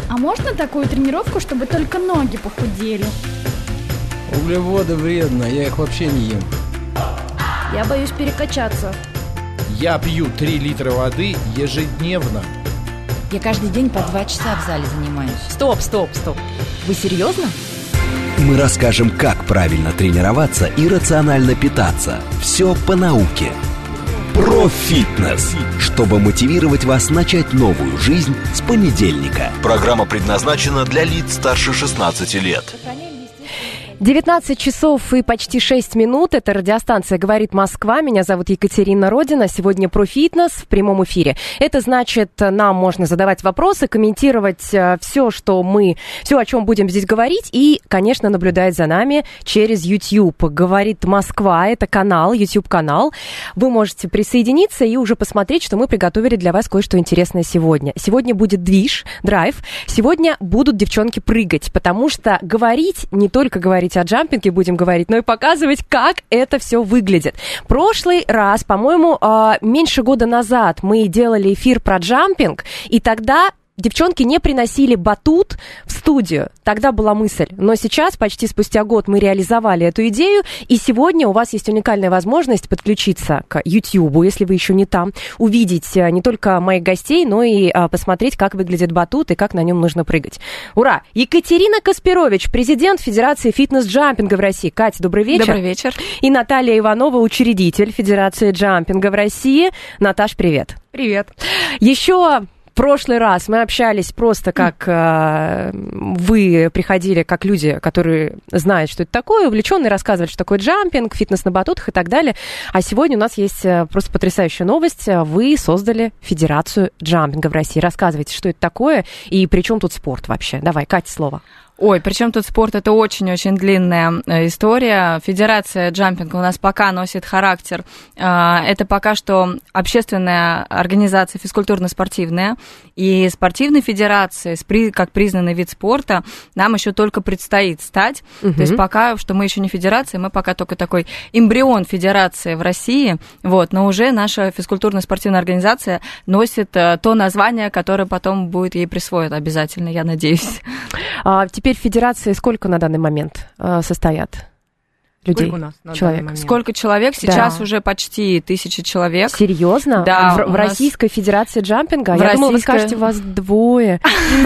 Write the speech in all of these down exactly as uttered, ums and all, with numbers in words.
А можно такую тренировку, чтобы только ноги похудели? Углеводы вредно, я их вообще не ем. Я боюсь перекачаться. Я пью три литра воды ежедневно. Я каждый день по два часа в зале занимаюсь. Стоп, стоп, стоп. Вы серьезно? Мы расскажем, как правильно тренироваться и рационально питаться. Все по науке. Про фитнес, чтобы мотивировать вас начать новую жизнь с понедельника. Программа предназначена для лиц старше шестнадцати лет. девятнадцать часов и почти шесть минут. Это радиостанция «Говорит Москва». Меня зовут Екатерина Родина. Сегодня про фитнес в прямом эфире. Это значит, нам можно задавать вопросы, комментировать все, что мы, все, о чем будем здесь говорить, и, конечно, наблюдать за нами через YouTube. «Говорит Москва» — это канал, YouTube-канал. Вы можете присоединиться и уже посмотреть, что мы приготовили для вас кое-что интересное сегодня. Сегодня будет движ, драйв. Сегодня будут девчонки прыгать, потому что говорить, не только говорить о джампинге будем говорить, но и показывать, как это все выглядит. Прошлый раз, по-моему, меньше года назад мы делали эфир про джампинг, и тогда девчонки не приносили батут в студию. Тогда была мысль. Но сейчас, почти спустя год, мы реализовали эту идею. И сегодня у вас есть уникальная возможность подключиться к YouTube, если вы еще не там, увидеть не только моих гостей, но и а, посмотреть, как выглядит батут и как на нем нужно прыгать. Ура! Екатерина Каспирович, президент Федерации фитнес-джампинга в России. Катя, добрый вечер. Добрый вечер. И Наталья Иванова, учредитель Федерации джампинга в России. Наташ, привет. Привет. Еще... В прошлый раз мы общались просто как э, вы приходили, как люди, которые знают, что это такое, увлеченные, рассказывали, что такое джампинг, фитнес на батутах и так далее. А сегодня у нас есть просто потрясающая новость. Вы создали Федерацию джампинга в России. Рассказывайте, что это такое и при чем тут спорт вообще. Давай, Катя, слово. Ой, причем тут спорт, это очень-очень длинная история. Федерация джампинга у нас пока носит характер. Это пока что общественная организация физкультурно-спортивная. И спортивной федерации, как признанный вид спорта, нам еще только предстоит стать. Угу. То есть пока что мы еще не федерация, мы пока только такой эмбрион федерации в России. Вот, но уже наша физкультурно-спортивная организация носит то название, которое потом будет ей присвоено обязательно, я надеюсь. А, теперь в федерации сколько на данный момент э, состоят людей? Сколько у нас на человек? данный момент? Сколько человек? Сейчас да. уже почти тысяча человек. Серьезно? Да. В, в Российской Федерации джампинга? В Я российской... думала, вы скажете, вас двое.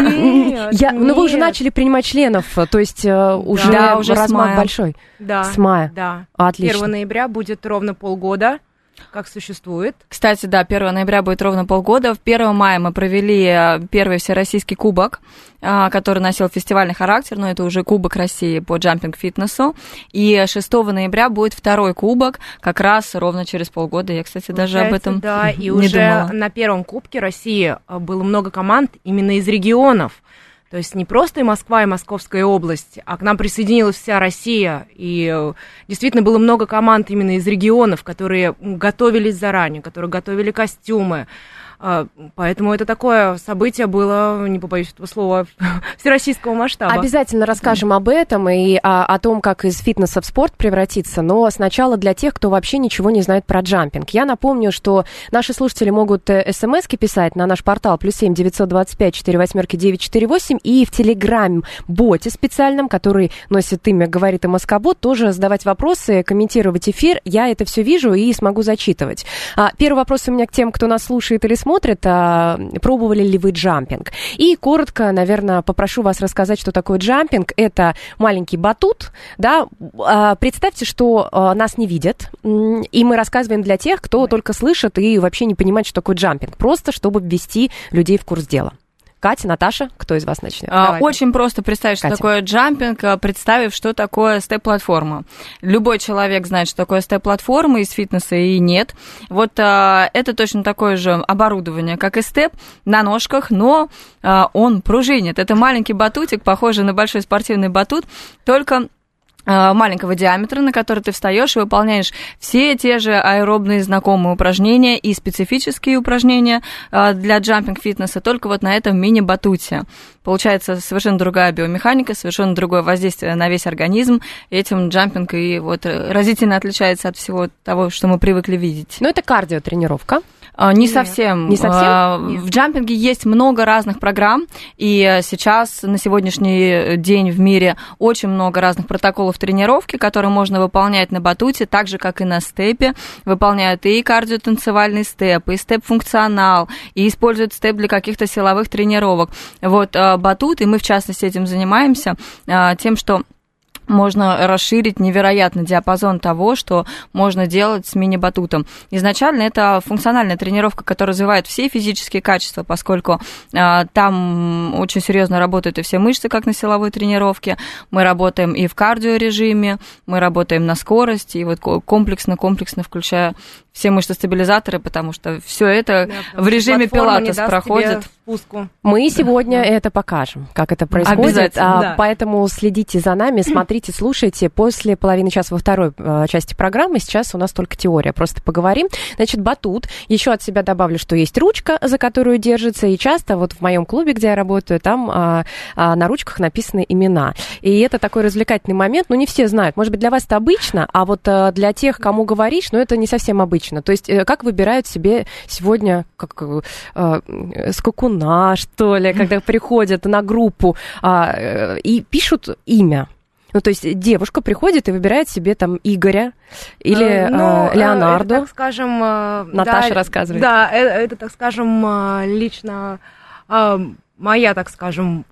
Нет, Ну, вы уже начали принимать членов, то есть уже размах большой. Да. С мая? Да. Отлично. первого ноября будет ровно полгода, как существует. Кстати, да, первого ноября будет ровно полгода. первого мая мы провели первый всероссийский кубок, который носил фестивальный характер, но это уже Кубок России по джампинг-фитнесу. И шестого ноября будет второй кубок, как раз ровно через полгода. Я, кстати, даже Получается, об этом да, не и уже думала. на первом кубке России было много команд именно из регионов. То есть не просто и Москва, и Московская область, а к нам присоединилась вся Россия. И действительно было много команд именно из регионов, которые готовились заранее, которые готовили костюмы. Поэтому это такое событие было, не побоюсь этого слова, всероссийского масштаба. Обязательно расскажем об этом и о, о том, как из фитнеса в спорт превратиться, но сначала для тех, кто вообще ничего не знает про джампинг. Я напомню, что наши слушатели могут смс-ки писать на наш портал плюс семь девятьсот двадцать пять четыре восьмерки девять четыре восемь и в телеграм-боте специальном, который носит имя «Говорит МСК-бот», тоже задавать вопросы, комментировать эфир. Я это все вижу и смогу зачитывать. Первый вопрос у меня к тем, кто нас слушает или смотрит. Смотрят, а, пробовали ли вы джампинг. И коротко, наверное, попрошу вас рассказать, что такое джампинг. Это маленький батут, да, а, представьте, что а, нас не видят, и мы рассказываем для тех, кто только слышит и вообще не понимает, что такое джампинг, просто чтобы ввести людей в курс дела. Катя, Наташа, кто из вас начнет? А, очень просто представить, что Катя. такое джампинг, представив, что такое степ-платформа. Любой человек знает, что такое степ-платформа из фитнеса, и нет. Вот а, это точно такое же оборудование, как и степ, на ножках, но а, он пружинит. Это маленький батутик, похожий на большой спортивный батут, только маленького диаметра, на который ты встаешь и выполняешь все те же аэробные знакомые упражнения и специфические упражнения для джампинг-фитнеса, только вот на этом мини-батуте. Получается совершенно другая биомеханика, совершенно другое воздействие на весь организм. Этим джампинг и вот разительно отличается от всего того, что мы привыкли видеть. Ну, это кардиотренировка. Не совсем. Не совсем? В джампинге есть много разных программ, и сейчас, на сегодняшний день в мире очень много разных протоколов тренировки, которые можно выполнять на батуте, так же, как и на степе. Выполняют и кардиотанцевальный степ, и степ-функционал, и используют степ для каких-то силовых тренировок. Вот батут, и мы, в частности, этим занимаемся, тем, что можно расширить невероятно диапазон того, что можно делать с мини-батутом. Изначально это функциональная тренировка, которая развивает все физические качества, поскольку а, там очень серьезно работают и все мышцы, как на силовой тренировке. Мы работаем и в кардиорежиме, мы работаем на скорости, и вот комплексно-комплексно включая все мышцы-стабилизаторы, потому что все это да, в режиме пилатес проходит. Мы сегодня это покажем, как это происходит. А, да. Поэтому следите за нами, смотрите, слушайте. После половины часа во второй э, части программы сейчас у нас только теория. Просто поговорим. Значит, батут. Еще от себя добавлю, что есть ручка, за которую держится. И часто вот в моем клубе, где я работаю, там э, э, на ручках написаны имена. И это такой развлекательный момент. Ну, не все знают. Может быть, для вас это обычно, а вот э, для тех, кому говоришь, ну, это не совсем обычно. То есть как выбирают себе сегодня как, э, скакуна, что ли, когда приходят на группу э, и пишут имя. Ну, то есть девушка приходит и выбирает себе там Игоря или э, ну, э, Леонардо. Это, так скажем... Э, Наташа да, рассказывает. Да, это, это, так скажем, лично э, моя, так скажем,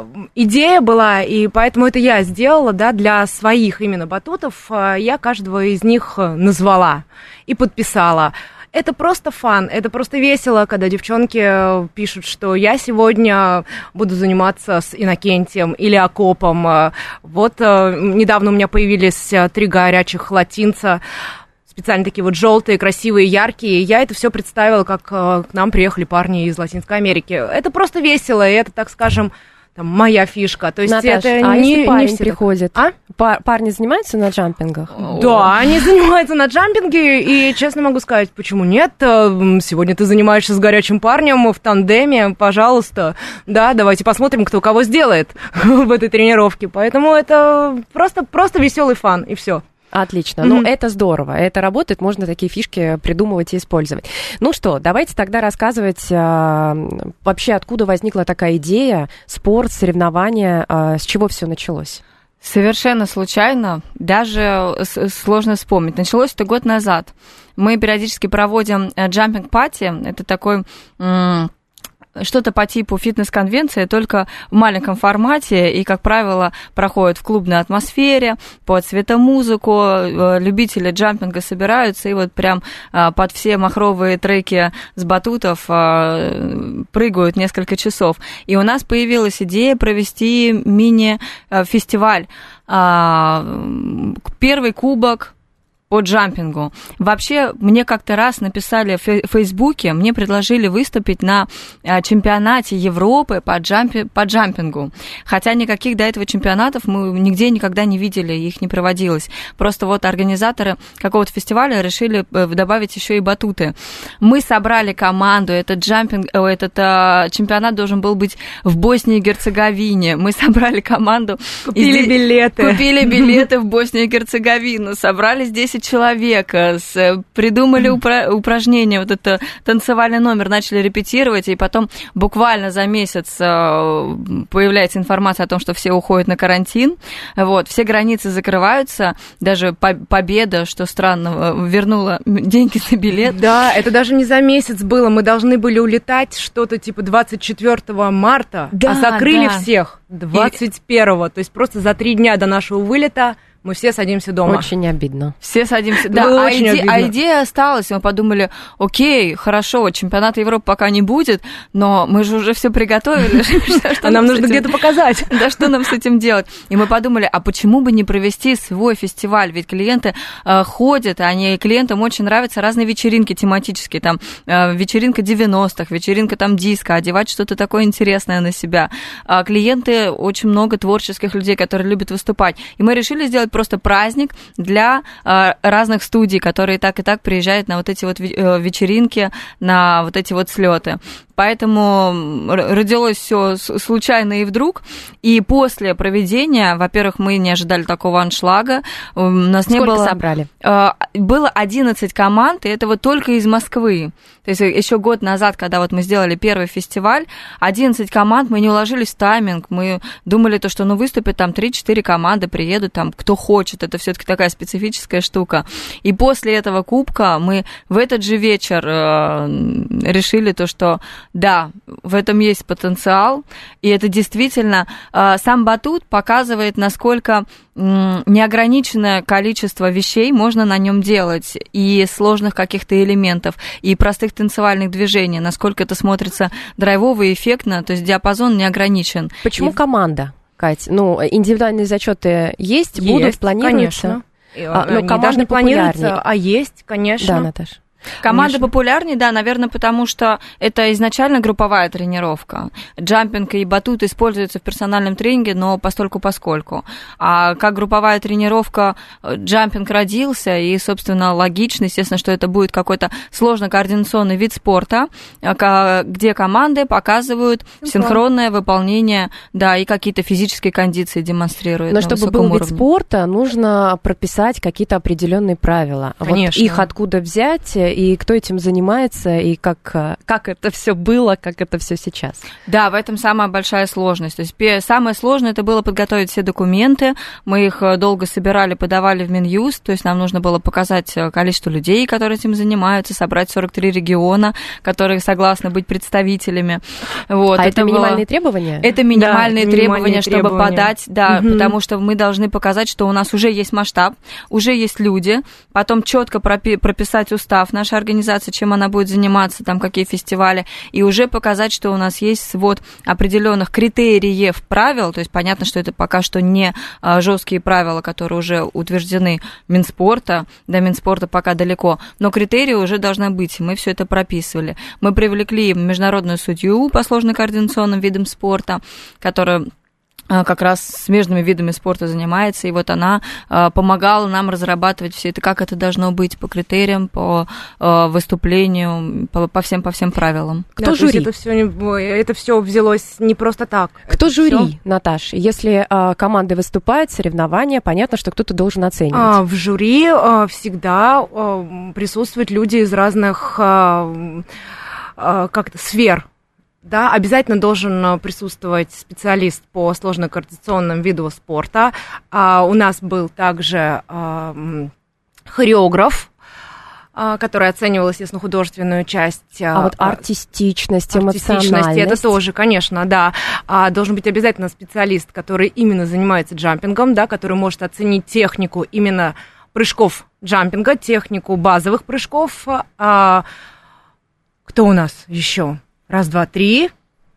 идея была, и поэтому это я сделала, да, для своих именно батутов. Я каждого из них назвала и подписала. Это просто фан, это просто весело, когда девчонки пишут, что я сегодня буду заниматься с Иннокентием или окопом. Вот недавно у меня появились три горячих латинца, специально такие вот желтые, красивые, яркие. Я это все представила, как к нам приехали парни из Латинской Америки. Это просто весело, и это, так скажем, там, моя фишка. То есть Наташ, это а не, если парень не приходит? А? Пар- парни занимаются на джампингах? Да, они занимаются на джампинге, и честно могу сказать, почему нет? Сегодня ты занимаешься с горячим парнем в тандеме, пожалуйста. Да, давайте посмотрим, кто кого сделает в этой тренировке. Поэтому это просто, просто веселый фан, и все. Отлично. Mm-hmm. Ну, это здорово. Это работает. Можно такие фишки придумывать и использовать. Ну что, давайте тогда рассказывать а, вообще, откуда возникла такая идея, спорт, соревнования, а, с чего все началось? Совершенно случайно, даже сложно вспомнить. Началось это год назад. Мы периодически проводим джампинг-пати. Это такой... М- что-то по типу фитнес-конвенции, только в маленьком формате, и, как правило, проходит в клубной атмосфере, под светомузыку, любители джампинга собираются, и вот прям под все махровые треки с батутов прыгают несколько часов. И у нас появилась идея провести мини-фестиваль. Первый кубок по джампингу. Вообще, мне как-то раз написали в Фейсбуке, мне предложили выступить на чемпионате Европы по, джампи, по джампингу. Хотя никаких до этого чемпионатов мы нигде никогда не видели, их не проводилось. Просто вот организаторы какого-то фестиваля решили добавить еще и батуты. Мы собрали команду, этот джампинг, этот а, чемпионат должен был быть в Боснии и Герцеговине. Мы собрали команду. Купили и, билеты. Купили билеты в Боснию и Герцеговину, собрали здесь человек, с, придумали упра- упражнения, вот это танцевальный номер, начали репетировать, и потом буквально за месяц появляется информация о том, что все уходят на карантин, вот, все границы закрываются, даже Победа, что странно, вернула деньги на билет. Да, это даже не за месяц было, мы должны были улетать что-то типа двадцать четвёртого марта, да, а закрыли да. всех двадцать первого, и... то есть просто за три дня до нашего вылета мы все садимся дома. Очень обидно. Все садимся. Да, а, иде- а идея осталась. Мы подумали, окей, хорошо, чемпионата Европы пока не будет, но мы же уже все приготовили. А нам нужно где-то показать. Да, что нам с этим делать? И мы подумали, а почему бы не провести свой фестиваль? Ведь клиенты ходят, они клиентам очень нравятся разные вечеринки тематические. Там вечеринка девяностых, вечеринка там диско, одевать что-то такое интересное на себя. Клиенты, очень много творческих людей, которые любят выступать. И мы решили сделать просто праздник для э, разных студий, которые так и так приезжают на вот эти вот вечеринки, на вот эти вот слеты. поэтому родилось все случайно и вдруг. И после проведения, во-первых, мы не ожидали такого аншлага. У нас Сколько не было... собрали? Было одиннадцать команд, и это вот только из Москвы. То есть еще год назад, когда вот мы сделали первый фестиваль, одиннадцать команд, мы не уложились в тайминг, мы думали, то, что ну, выступят там три-четыре команды, приедут там кто хочет, это все-таки такая специфическая штука. И после этого кубка мы в этот же вечер э, решили то, что да, в этом есть потенциал, и это действительно, э, сам батут показывает, насколько э, неограниченное количество вещей можно на нем делать, и сложных каких-то элементов, и простых танцевальных движений, насколько это смотрится драйвово и эффектно, то есть диапазон не ограничен. Почему и... команда, Кать? Ну, индивидуальные зачеты есть, есть будут, планируются? Конечно. А, ну, команды планируются, а есть, конечно. Да, Наташа. Команда популярнее, да, наверное, потому что это изначально групповая тренировка. Джампинг и батут используются в персональном тренинге, но постольку-поскольку. А как групповая тренировка, джампинг родился, и, собственно, логично, естественно, что это будет какой-то сложно-координационный вид спорта, где команды показывают синхронное выполнение, да, и какие-то физические кондиции демонстрируют. Но чтобы был уровне. Вид спорта, нужно прописать какие-то определенные правила. Конечно. Вот их откуда взять, и кто этим занимается, и как, как это все было, как это все сейчас. Да, в этом самая большая сложность. То есть самое сложное это было подготовить все документы. Мы их долго собирали, подавали в Минюст. То есть нам нужно было показать количество людей, которые этим занимаются, собрать сорок три региона, которые согласны быть представителями. Вот, а это, это минимальные было... требования? Это минимальные, да, требования, минимальные чтобы требования. подать, да, угу. потому что мы должны показать, что у нас уже есть масштаб, уже есть люди, потом четко пропи- прописать устав нашей организации, чем она будет заниматься, там какие фестивали, и уже показать, что у нас есть свод определенных критериев правил, то есть понятно, что это пока что не жесткие правила, которые уже утверждены Минспорта, до Минспорта пока далеко, но критерии уже должны быть, и мы все это прописывали. Мы привлекли международную судью по сложно-координационным видам спорта, которая как раз смежными видами спорта занимается, и вот она э, помогала нам разрабатывать все это, как это должно быть по критериям, по э, выступлению, по, по всем по всем правилам. Кто да, жюри? Это все, это все взялось не просто так. Кто это жюри, всё... Наташ? Если э, команды выступают, соревнования, понятно, что кто-то должен оценивать. А, в жюри э, всегда э, присутствуют люди из разных э, э, как-то сфер. Да, обязательно должен присутствовать специалист по сложно-координационным виду спорта. А, у нас был также а, хореограф, а, который оценивал, естественно, художественную часть. А, а вот артистичность, артистичность, эмоциональность. это тоже, конечно, да. А, должен быть обязательно специалист, который именно занимается джампингом, да, который может оценить технику именно прыжков джампинга, технику базовых прыжков. А, кто у нас еще? Раз, два, три.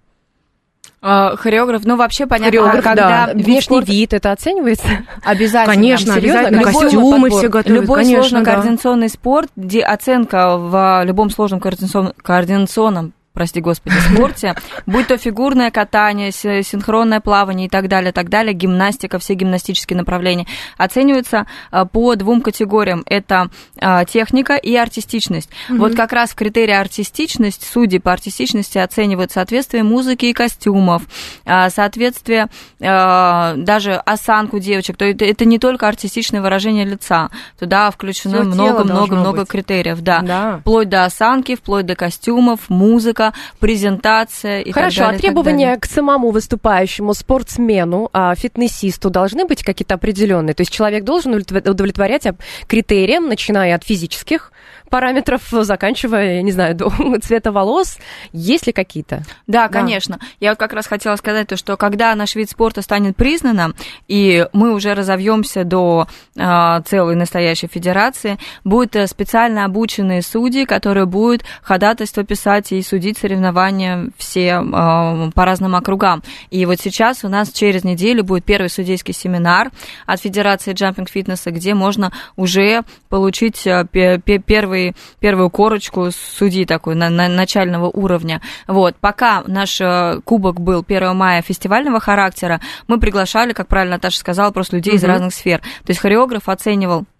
Хореограф, ну вообще понятно, Хореограф, когда да. Внешний спорт... вид, это оценивается? Обязательно. Конечно, серьезно? обязательно. Любой Костюмы все готовят. Любой конечно, сложно-координационный да. спорт, где оценка в любом сложном координационном, координационном прости господи, спорте, будь то фигурное катание, синхронное плавание и так далее, так далее, гимнастика, все гимнастические направления, оцениваются по двум категориям. Это техника и артистичность. Mm-hmm. Вот как раз в критерии артистичность, судьи по артистичности оценивают соответствие музыки и костюмов, соответствие даже осанку девочек. То есть это не только артистичное выражение лица. Туда включено много-много-много критериев. Да. Да. Вплоть до осанки, вплоть до костюмов, музыка, презентация и Хорошо, так далее. А требования к самому выступающему спортсмену, фитнесисту должны быть какие-то определенные? То есть человек должен удовлетворять критериям, начиная от физических параметров, заканчивая, я не знаю, до цвета волос. Есть ли какие-то? Да, да, конечно. Я вот как раз хотела сказать то, что когда наш вид спорта станет признанным, и мы уже разовьемся до э, целой настоящей федерации, будут специально обученные судьи, которые будут ходатайство писать и судить соревнования все э, по разным округам. И вот сейчас у нас через неделю будет первый судейский семинар от Федерации джампинг-фитнеса, где можно уже получить первый первую корочку судьи такой на, на начального уровня. Вот. Пока наш кубок был первого мая фестивального характера, мы приглашали, как правильно Наташа сказала, просто людей mm-hmm. из разных сфер. То есть хореограф оценивал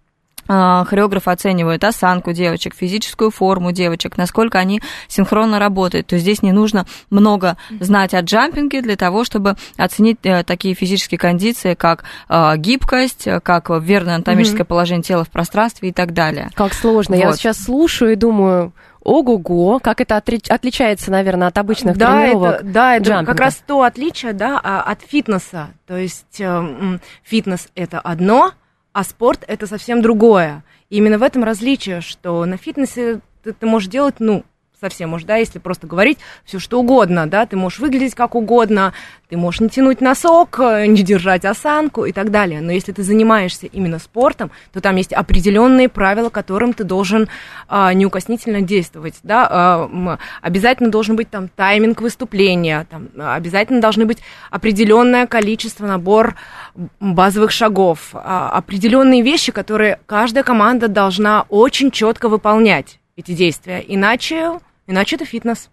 хореографы оценивают осанку девочек, физическую форму девочек, насколько они синхронно работают. То есть здесь не нужно много знать о джампинге для того, чтобы оценить такие физические кондиции, как гибкость, как верное анатомическое mm-hmm. положение тела в пространстве и так далее. Как сложно. Вот. Я сейчас слушаю и думаю... Ого-го, как это отличается, наверное, от обычных да, тренировок? Это, да, это джампинга. Как раз то отличие, да, от фитнеса. То есть э, фитнес – это одно, а спорт – это совсем другое. И именно в этом различие, что на фитнесе ты, ты можешь делать, ну, совсем уж, да, если просто говорить все что угодно, да, ты можешь выглядеть как угодно, ты можешь не тянуть носок, не держать осанку и так далее. Но если ты занимаешься именно спортом, то там есть определенные правила, которым ты должен а, неукоснительно действовать, да, а, обязательно должен быть там тайминг выступления, там, обязательно должны быть определенное количество, набор базовых шагов, а, определенные вещи, которые каждая команда должна очень четко выполнять эти действия, иначе... Иначе это фитнес.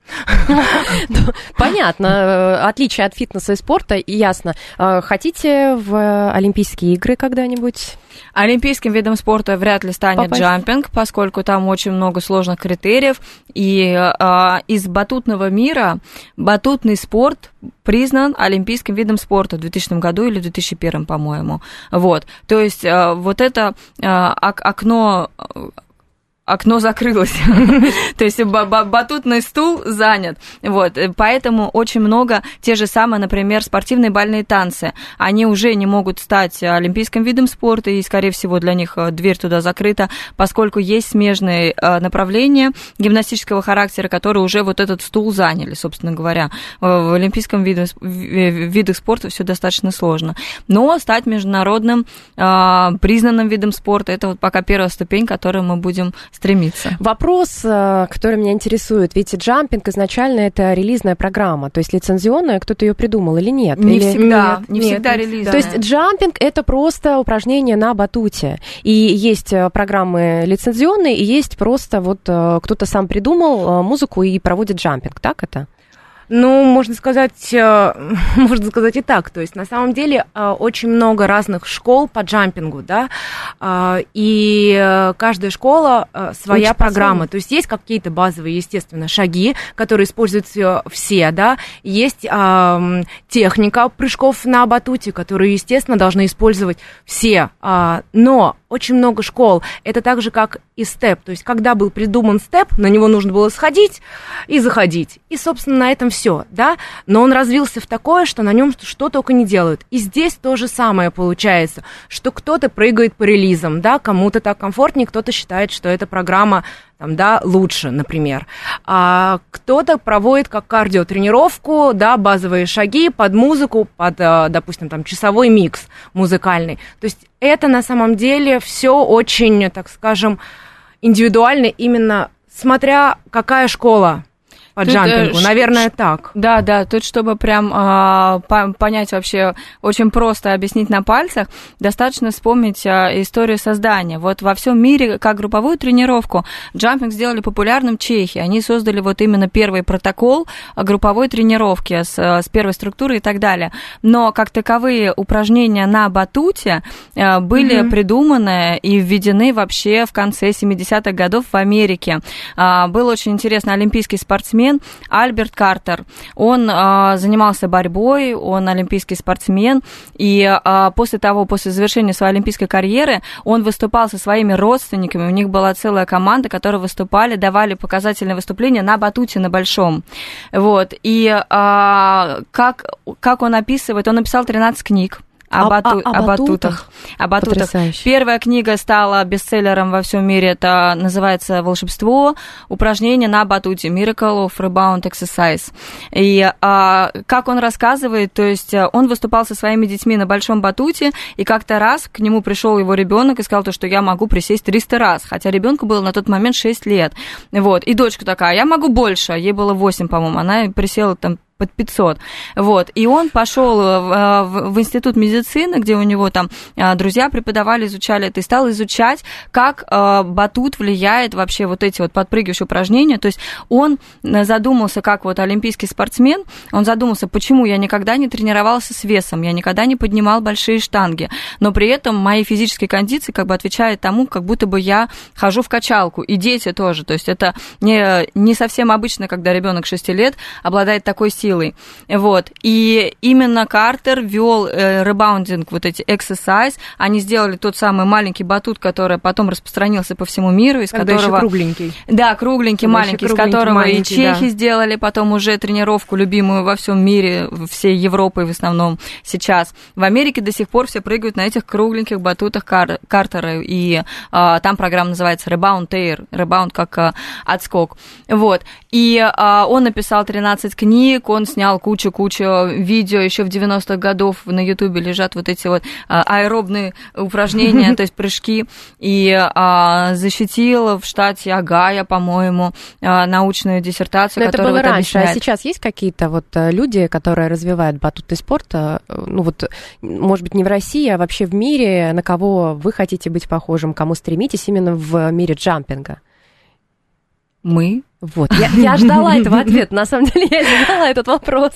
Понятно. Отличие от фитнеса и спорта, ясно. Хотите в Олимпийские игры когда-нибудь? Олимпийским видом спорта вряд ли станет Попасть. джампинг, поскольку там очень много сложных критериев. И а, из батутного мира батутный спорт признан олимпийским видом спорта в двухтысячном году или в две тысячи первом, по-моему. Вот. То есть а, вот это а, окно... окно закрылось, то есть батутный стул занят, вот, поэтому очень много, те же самые, например, спортивные бальные танцы, они уже не могут стать олимпийским видом спорта, и, скорее всего, для них дверь туда закрыта, поскольку есть смежные направления гимнастического характера, которые уже вот этот стул заняли, собственно говоря. В олимпийском виде, видах спорта все достаточно сложно, но стать международным признанным видом спорта, это вот пока первая ступень, к которой мы будем стремиться. Вопрос, который меня интересует, ведь джампинг изначально это релизная программа, то есть лицензионная, кто-то ее придумал или нет? Не или... всегда, нет, не нет, всегда нет. релизная. То есть джампинг это просто упражнение на батуте, и есть программы лицензионные, и есть просто вот кто-то сам придумал музыку и проводит джампинг, так это? Ну, можно сказать, можно сказать и так. То есть, на самом деле, очень много разных школ по джампингу, да, и каждая школа своя Учит программа. По-своему. То есть, есть какие-то базовые, естественно, шаги, которые используют все, да, есть техника прыжков на батуте, которую, естественно, должны использовать все, но очень много школ. Это так же, как и степ. То есть, когда был придуман степ, на него нужно было сходить и заходить. И, собственно, на этом все, да. Но он развился в такое, что на нем что только не делают. И здесь то же самое получается, что кто-то прыгает по релизам, да, кому-то так комфортнее, кто-то считает, что эта программа там, да, лучше, например. А кто-то проводит как кардиотренировку, да, базовые шаги под музыку, под, допустим, там, часовой микс музыкальный. То есть это на самом деле все очень, так скажем, индивидуально, именно смотря какая школа по тут, джампингу, наверное, так. Да, да, тут, чтобы прям э, понять вообще, очень просто объяснить на пальцах, достаточно вспомнить э, историю создания. Вот во всем мире, как групповую тренировку, джампинг сделали популярным Чехи. Они создали вот именно первый протокол групповой тренировки с, с первой структурой и так далее. Но как таковые упражнения на батуте э, были mm-hmm. придуманы и введены вообще в конце семидесятых годов в Америке. Э, был очень интересный олимпийский спортсмен Альберт Картер. Он э, занимался борьбой, он олимпийский спортсмен, и э, после того, после завершения своей олимпийской карьеры, он выступал со своими родственниками, у них была целая команда, которые выступали, давали показательные выступления на батуте, на большом. Вот. И э, как, как он описывает, он написал тринадцать книг. О, а, бату... а, о, о батутах. О батутах. Первая книга стала бестселлером во всем мире. Это называется «Волшебство. Упражнения на батуте. Miracle of Rebound Exercise». И а, как он рассказывает, то есть он выступал со своими детьми на большом батуте, и как-то раз к нему пришел его ребенок и сказал, то, что я могу присесть триста раз, хотя ребенку было на тот момент шесть лет. Вот. И дочка такая, я могу больше, ей было восемь, по-моему, она присела там под пятьсот. Вот. И он пошел в, в, в институт медицины, где у него там друзья преподавали, изучали это, и стал изучать, как э, батут влияет вообще вот эти вот подпрыгивающие упражнения. То есть он задумался, как вот олимпийский спортсмен, он задумался, почему я никогда не тренировался с весом, я никогда не поднимал большие штанги, но при этом мои физические кондиции как бы отвечают тому, как будто бы я хожу в качалку, и дети тоже. То есть это не, не совсем обычно, когда ребенок шести лет обладает такой силой. Силой. Вот. И именно Картер вел э, ребаундинг, вот эти exercise. Они сделали тот самый маленький батут, который потом распространился по всему миру, из Тогда которого... еще кругленький. Да, кругленький, Тогда маленький, из кругленький, которого маленький, и чехи да. сделали потом уже тренировку, любимую во всем мире, всей Европы в основном сейчас. В Америке до сих пор все прыгают на этих кругленьких батутах Кар- Картера, и э, там программа называется Rebound Air, rebound как э, отскок. Вот. И э, он написал тринадцать книг, он снял кучу-кучу видео, еще в девяностых годах на Ютубе лежат вот эти вот аэробные упражнения, то есть прыжки, и а, защитил в штате Огайо, по-моему, научную диссертацию, Но которая это было вот раньше, объясняет. А сейчас есть какие-то вот люди, которые развивают батутный спорт, ну вот, может быть, не в России, а вообще в мире, на кого вы хотите быть похожим, кому стремитесь именно в мире джампинга? Мы? Вот, я, я ждала этого ответа, на самом деле я ждала этот вопрос.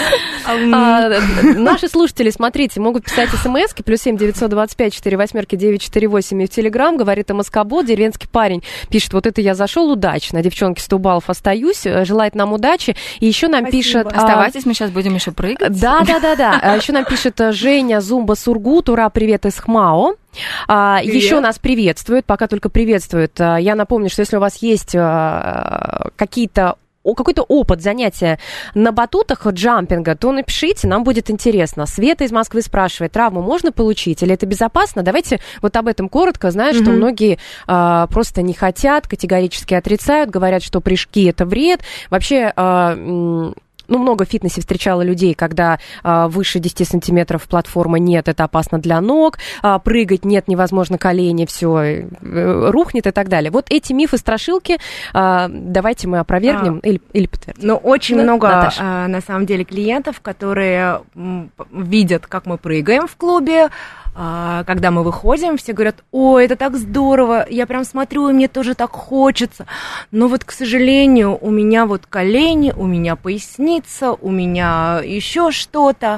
А, наши слушатели, смотрите, могут писать смски, плюс семь девятьсот двадцать пять четыре восьмерки девять четыре восемь, и в Телеграм, говорит МСК-бот, деревенский парень пишет, вот это я зашел удачно, девчонки, сто баллов остаюсь, желает нам удачи, и еще нам Спасибо. пишет... Оставайтесь, мы сейчас будем еще прыгать. Да-да-да-да, еще нам пишет Женя Зумба Сургут, ура, привет из ХМАО. А, еще нас приветствуют, пока только приветствуют. Я напомню, что если у вас есть а, какие-то какой-то опыт занятия на батутах джампинга, то напишите, нам будет интересно. Света из Москвы спрашивает, травму можно получить или это безопасно? Давайте вот об этом коротко. Знаю, mm-hmm. что многие а, просто не хотят, категорически отрицают, говорят, что прыжки – это вред. Вообще... А, Ну, много в фитнесе встречала людей, когда а, выше десять сантиметров платформы нет, это опасно для ног, а, прыгать нет, невозможно, колени, все рухнет и так далее. Вот эти мифы, страшилки, а, давайте мы опровергнем а, или, или подтвердим. Ну, очень да, много, Наташа? а, на самом деле, клиентов, которые м, видят, как мы прыгаем в клубе, а, когда мы выходим, все говорят, ой, это так здорово, я прям смотрю, и мне тоже так хочется. Но вот, к сожалению, у меня вот колени, у меня поясница, у меня еще что-то.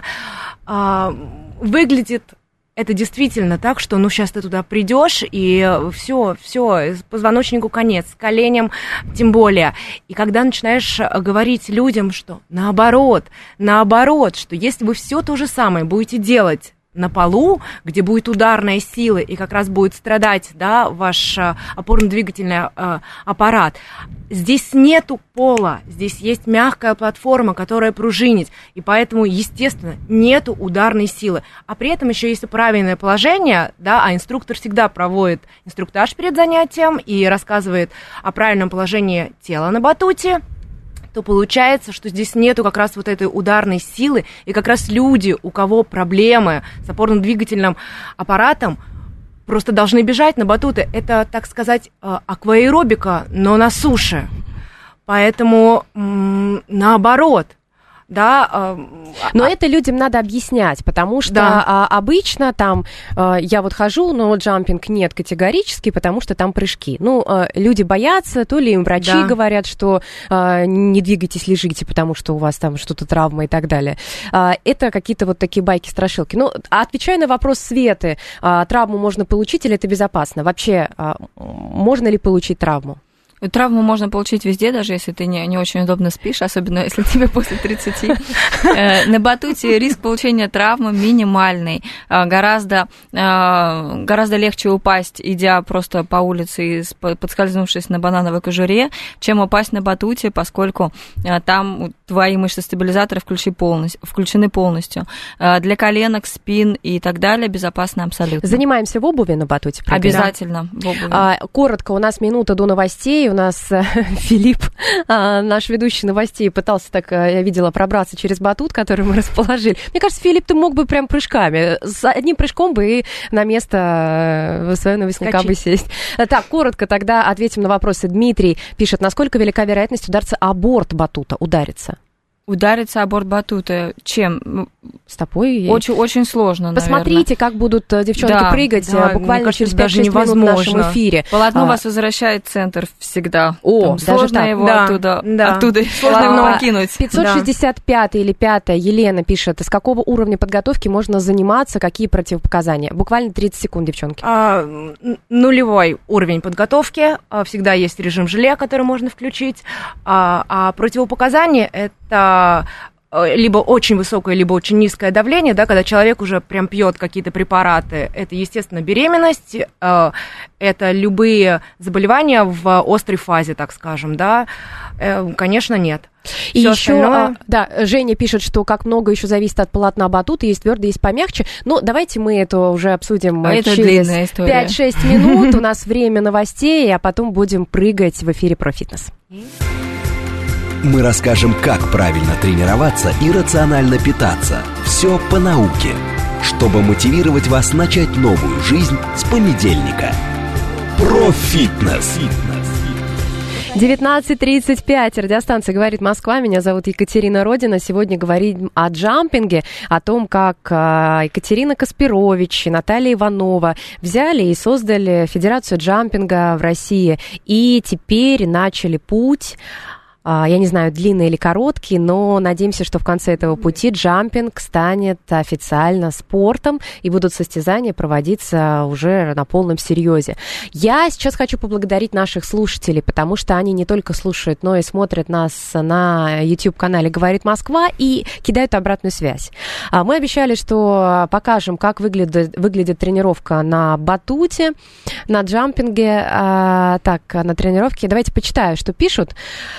А, выглядит это действительно так, что ну сейчас ты туда придешь, и все, все, позвоночнику конец, коленям тем более. И когда начинаешь говорить людям, что наоборот, наоборот, что если вы все то же самое будете делать на полу, где будет ударная сила, и как раз будет страдать, да, ваш опорно-двигательный э, аппарат. Здесь нету пола, здесь есть мягкая платформа, которая пружинит, и поэтому, естественно, нету ударной силы. А при этом еще есть правильное положение, да, а инструктор всегда проводит инструктаж перед занятием и рассказывает о правильном положении тела на батуте, то получается, что здесь нету как раз вот этой ударной силы, и как раз люди, у кого проблемы с опорно-двигательным аппаратом, просто должны бежать на батуты. Это, так сказать, акваэробика, но на суше. Поэтому м- наоборот. Да, но а... это людям надо объяснять, потому что да. а, обычно там а, я вот хожу, но джампинг нет категорически, потому что там прыжки. Ну, а, люди боятся, то ли им врачи да. говорят, что а, не двигайтесь, лежите, потому что у вас там что-то травма и так далее. А, это какие-то вот такие байки-страшилки. Ну, отвечая на вопрос Светы, а, травму можно получить или это безопасно? Вообще, а, можно ли получить травму? Травму можно получить везде, даже если ты не, не очень удобно спишь, особенно если тебе после тридцати. На батуте риск получения травмы минимальный. Гораздо, гораздо легче упасть, идя просто по улице, подскользнувшись на банановой кожуре, чем упасть на батуте, поскольку там твои мышцы-стабилизаторы включены полностью. Для коленок, спин и так далее безопасно абсолютно. Занимаемся в обуви на батуте? Обязательно в обуви. Коротко, у нас минута до новостей. У нас Филипп, наш ведущий новостей, пытался так, я видела, пробраться через батут, который мы расположили. Мне кажется, Филипп, ты мог бы прям прыжками, с одним прыжком бы и на место своего новостника бы сесть. Так, коротко тогда ответим на вопросы. Дмитрий пишет, насколько велика вероятность удариться о борт батута, удариться? Удариться о борт батута чем? Стопой? Очень, очень сложно, Посмотрите, наверное. как будут девчонки да, прыгать да, буквально кажется, через пять-шесть минут в нашем эфире. Полотно а, вас возвращает в центр всегда. О, Там даже сложно так. его да, оттуда, да. оттуда сложно его А, покинуть. пятьсот шестьдесят пятый или пятая Елена пишет, с какого уровня подготовки можно заниматься, какие противопоказания? Буквально тридцать секунд, девчонки. А, нулевой уровень подготовки, а, всегда есть режим желе, который можно включить, а, а противопоказания это либо очень высокое, либо очень низкое давление, да, когда человек уже прям пьет какие-то препараты, это, естественно, беременность, э, это любые заболевания в острой фазе, так скажем, да, э, конечно, нет. И Всё еще, остальное... а, да, Женя пишет, что как много еще зависит от полотна батута, есть твердый, есть помягче. Ну, давайте мы это уже обсудим а через это пять-шесть минут. У нас время новостей, а потом будем прыгать в эфире про фитнес. Мы расскажем, как правильно тренироваться и рационально питаться. Все по науке, чтобы мотивировать вас начать новую жизнь с понедельника. Про фитнес. девятнадцать тридцать пять. Радиостанция «Говорит Москва». Меня зовут Екатерина Родина. Сегодня говорим о джампинге, о том, как Екатерина Каспирович и Наталья Иванова взяли и создали Федерацию джампинга в России. И теперь начали путь. Я не знаю, длинный или короткий, но надеемся, что в конце этого пути джампинг станет официально спортом и будут состязания проводиться уже на полном серьезе. Я сейчас хочу поблагодарить наших слушателей, потому что они не только слушают, но и смотрят нас на YouTube-канале «Говорит Москва» и кидают обратную связь. Мы обещали, что покажем, как выглядит, выглядит тренировка на батуте, на джампинге. Так, на тренировке. Давайте почитаю, что пишут.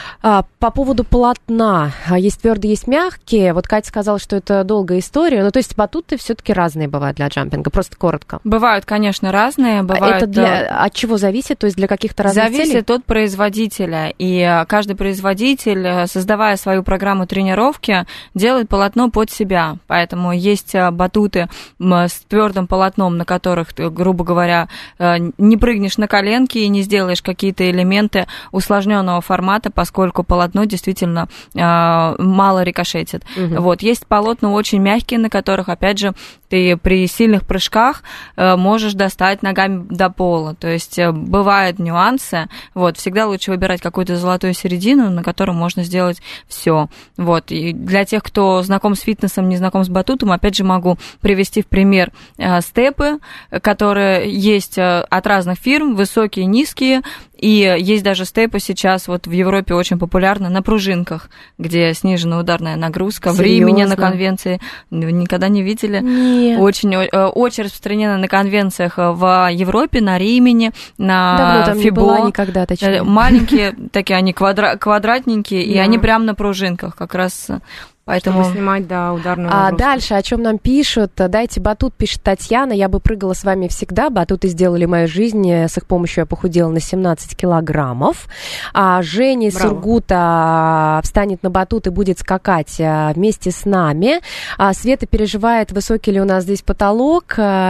По поводу полотна. Есть твердые, есть мягкие. Вот Катя сказала, что это долгая история. Ну, то есть батуты все-таки разные бывают для джампинга. Просто коротко. Бывают, конечно, разные. Бывают... Это для... от чего зависит? То есть для каких-то разных зависит целей? Зависит от производителя. И каждый производитель, создавая свою программу тренировки, делает полотно под себя. Поэтому есть батуты с твердым полотном, на которых, грубо говоря, не прыгнешь на коленки и не сделаешь какие-то элементы усложненного формата, поскольку полотно действительно э, мало рикошетит. Угу. Вот. Есть полотна очень мягкие, на которых, опять же, ты при сильных прыжках э, можешь достать ногами до пола. То есть э, бывают нюансы. Вот. Всегда лучше выбирать какую-то золотую середину, на которой можно сделать все. Вот. И для тех, кто знаком с фитнесом, не знаком с батутом, опять же, могу привести в пример э, степы, которые есть э, от разных фирм, высокие, низкие. И есть даже степы сейчас вот в Европе очень популярны на пружинках, где снижена ударная нагрузка. Серьезно? В Римене на конвенции. Никогда не видели? Нет. Очень, очень распространено на конвенциях в Европе, на Римене, на Давно там Фибо. Не была никогда, точнее. Маленькие, такие они квадра- квадратненькие, и Да. они прямо на пружинках как раз... Поэтому... Чтобы снимать, да, ударную А нагрузку. дальше, о чем нам пишут? Дайте батут, пишет Татьяна. Я бы прыгала с вами всегда. Батуты сделали мою жизнь. С их помощью я похудела на семнадцать килограммов. А Женя из Браво. Сургута встанет на батут и будет скакать вместе с нами. А Света переживает, высокий ли у нас здесь потолок,